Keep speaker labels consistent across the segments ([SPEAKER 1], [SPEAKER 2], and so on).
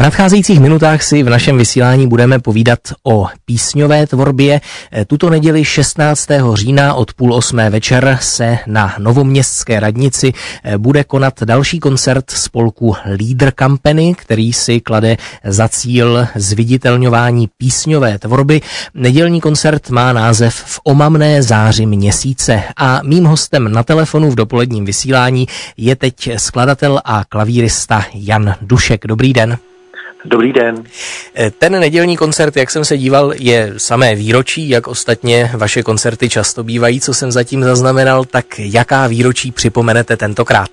[SPEAKER 1] nadcházejících minutách si v našem vysílání budeme povídat o písňové tvorbě. Tuto neděli 16. října od 7:30 večer se na Novoměstské radnici bude konat další koncert spolku Leader Company, který si klade za cíl zviditelňování písňové tvorby. Nedělní koncert má název V omamné záři měsíce a mým hostem na telefonu v dopoledním vysílání je teď skladatel a klavírista Jan Dušek. Dobrý den.
[SPEAKER 2] Dobrý den.
[SPEAKER 1] Ten nedělní koncert, jak jsem se díval, je samé výročí, jak ostatně vaše koncerty často bývají, co jsem zatím zaznamenal, tak jaká výročí připomenete tentokrát?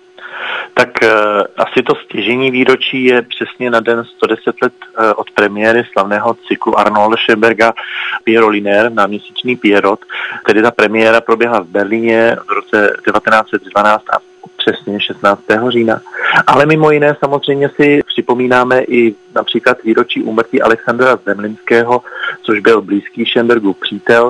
[SPEAKER 2] Tak asi to stěžejní výročí je přesně na den 110 let od premiéry slavného cyklu Arnolda Schönberga Pierrot Lunaire, náměsíčný Pierrot. Tedy ta premiéra proběhla v Berlíně v roce 1912 a přesně 16. října. Ale mimo jiné samozřejmě si připomínáme i například výročí úmrtí Alexandra Zemlinského, což byl blízký Schönbergův přítel,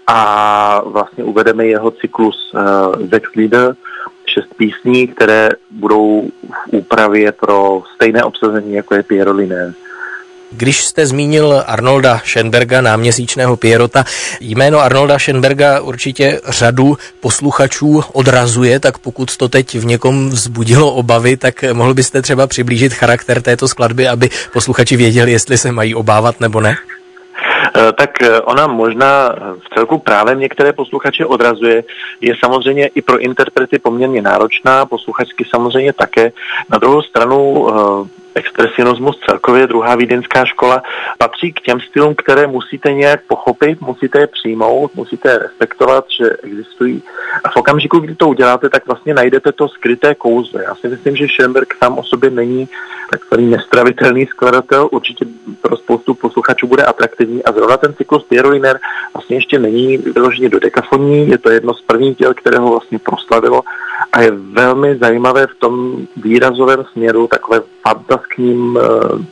[SPEAKER 2] a vlastně uvedeme jeho cyklus Sechs Lieder, 6 písní, které budou v úpravě pro stejné obsazení, jako je Pierrot Lunaire.
[SPEAKER 1] Když jste zmínil Arnolda Schönberga, náměsíčného Pierrota, jméno Arnolda Schönberga určitě řadu posluchačů odrazuje, tak pokud to teď v někom vzbudilo obavy, tak mohl byste třeba přiblížit charakter této skladby, aby posluchači věděli, jestli se mají obávat nebo ne?
[SPEAKER 2] Tak ona možná v celku právem některé posluchače odrazuje, je samozřejmě i pro interprety poměrně náročná, posluchačsky samozřejmě také. Na druhou stranu expresionismus celkově, druhá vídeňská škola, patří k těm stylům, které musíte nějak pochopit, musíte je přijmout, musíte je respektovat, že existují. A v okamžiku, kdy to uděláte, tak vlastně najdete to skryté kouzlo. Já si myslím, že Schönberg sám o sobě není takový nestravitelný skladatel, určitě pro spoustu posluchačů bude atraktivní a zrovna ten cyklus Pierrot Lunaire vlastně ještě není vyloženě dodekafonní, je to jedno z prvních děl, které ho vlastně proslavilo a je velmi zajímavé v tom výrazovém směru, takové fantaskním,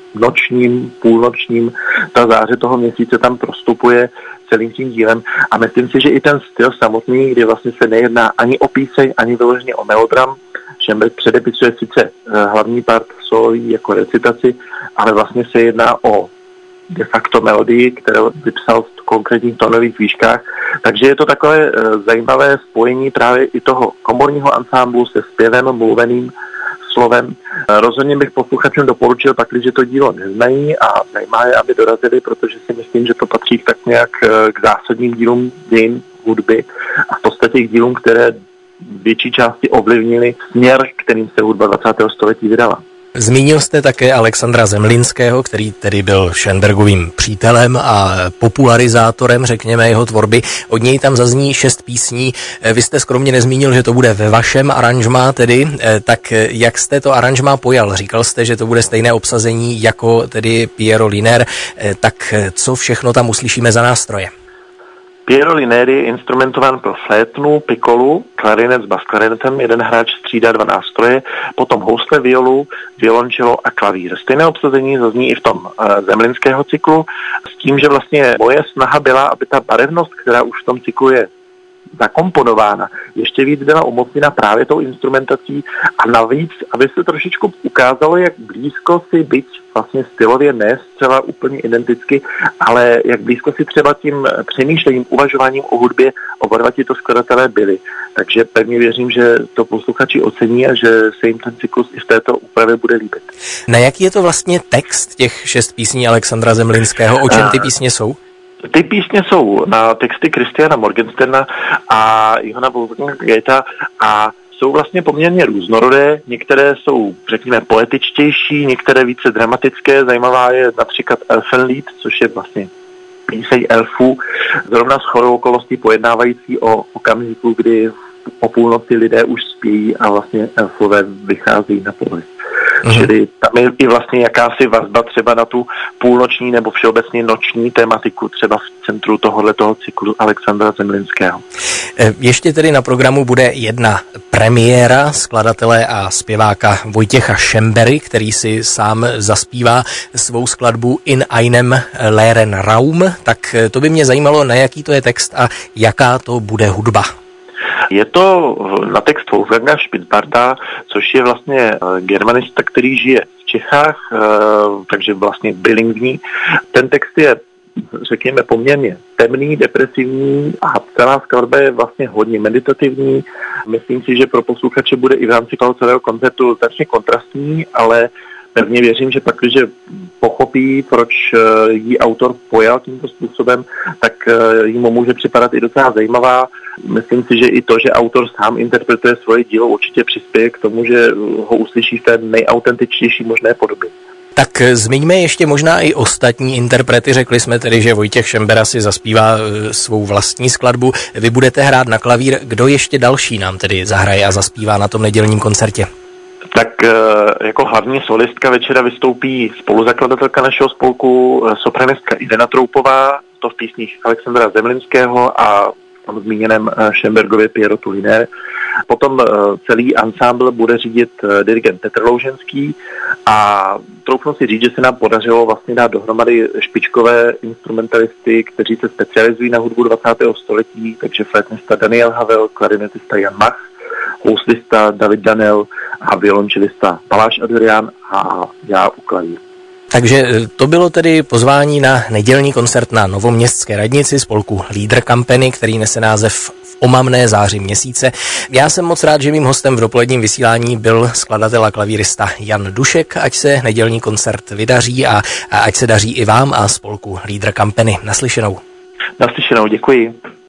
[SPEAKER 2] nočním, půlnočním, ta záře toho měsíce tam prostupuje celým tím dílem a myslím si, že i ten styl samotný, kdy vlastně se nejedná ani o píseň, ani vyloženě o melodram. Schönberg předepisuje sice hlavní part solový jako recitaci, ale vlastně se jedná o de facto melodii, kterou vypsal v konkrétních tónových výškách. Takže je to takové zajímavé spojení právě i toho komorního ansámblu se zpěvem, mluveným slovem. Rozhodně bych posluchačům doporučil pakli, že to dílo neznají a zajímá je, aby dorazili, protože si myslím, že to patří tak nějak k zásadním dílům dějin hudby a v podstatě k dílům, které větší části ovlivnili směr, kterým se hudba 20. století vydala.
[SPEAKER 1] Zmínil jste také Alexandra Zemlinského, který tedy byl Schönbergovým přítelem a popularizátorem, řekněme, jeho tvorby. Od něj tam zazní 6 písní. Vy jste skromně nezmínil, že to bude ve vašem aranžmá tedy, tak jak jste to aranžmá pojal? Říkal jste, že to bude stejné obsazení jako tedy Pierrot Lunaire, tak co všechno tam uslyšíme za nástroje?
[SPEAKER 2] Pierrot Lunaire je instrumentován pro flétnu, pikolu, klarinet s basklarinetem, jeden hráč střídá 2 nástroje, potom housle, violu, violončelo a klavír. Stejné obsazení zazní i v tom Zemlinského cyklu, s tím, že vlastně moje snaha byla, aby ta barevnost, která už v tom cyklu je zakomponována, ještě víc byla umocněna právě tou instrumentací a navíc, aby se trošičku ukázalo, jak blízko si byť vlastně stylově ne zcela úplně identicky, ale jak blízko si třeba tím přemýšlením, uvažováním o hudbě oba dva tito skladatelé byli. Takže pevně věřím, že to posluchači ocení a že se jim ten cyklus i v této úpravě bude líbit.
[SPEAKER 1] Na jaký je to vlastně text těch 6 písní Alexandra Zemlinského? O čem ty písně jsou?
[SPEAKER 2] Ty písně jsou na texty Christiana Morgensterna a Johana Wolfganga a jsou vlastně poměrně různorodé. Některé jsou, řekněme, poetičtější, některé více dramatické. Zajímavá je například Elfenlied, což je vlastně píseň elfů, zrovna shodou okolností pojednávající o okamžiku, kdy o půlnoci lidé už spí a vlastně elfové vycházejí na pohled. Čili tam je i vlastně jakási vazba třeba na tu půlnoční nebo všeobecně noční tematiku třeba v centru tohoto cyklu Alexandra Zemlinského.
[SPEAKER 1] Ještě tedy na programu bude jedna premiéra skladatele a zpěváka Vojtěcha Šembery, který si sám zaspívá svou skladbu In einem leeren Raum. Tak to by mě zajímalo, na jaký to je text a jaká to bude hudba.
[SPEAKER 2] Je to na text Wolfganga Spitzbarta, což je vlastně germanista, který žije v Čechách, takže vlastně bilingvní. Ten text je, řekněme, poměrně temný, depresivní a celá skladba je vlastně hodně meditativní. Myslím si, že pro posluchače bude i v rámci toho celého koncertu značně kontrastní, ale pevně věřím, že pak, když pochopí, proč jí autor pojal tímto způsobem, tak jí může připadat i docela zajímavá. Myslím si, že i to, že autor sám interpretuje svoje dílo, určitě přispěje k tomu, že ho uslyší v té nejautentičtější možné podobě.
[SPEAKER 1] Tak zmiňme ještě možná i ostatní interprety. Řekli jsme tedy, že Vojtěch Šembera si zaspívá svou vlastní skladbu. Vy budete hrát na klavír. Kdo ještě další nám tedy zahraje a zaspívá na tom nedělním koncertě?
[SPEAKER 2] Tak jako hlavní solistka večera vystoupí spoluzakladatelka našeho spolku, sopranistka Irena Troupová, to v písních Alexandra Zemlinského a v zmíněném Šembergově Pierrotu Liné. Potom celý ansámbl bude řídit dirigent Petr Louženský a troufnu si říct, že se nám podařilo vlastně dát dohromady špičkové instrumentalisty, kteří se specializují na hudbu 20. století, takže flétnista Daniel Havel, klarinetista Jan Mach, houslista David Danel a violončelista Baláš Adrián a já u klavíru.
[SPEAKER 1] Takže to bylo tedy pozvání na nedělní koncert na Novoměstské radnici spolku Leader Company, který nese název V omamné záři měsíce. Já jsem moc rád, že mým hostem v dopoledním vysílání byl skladatel a klavírista Jan Dušek. Ať se nedělní koncert vydaří a ať se daří i vám a spolku Leader Company. Naslyšenou.
[SPEAKER 2] Naslyšenou, děkuji.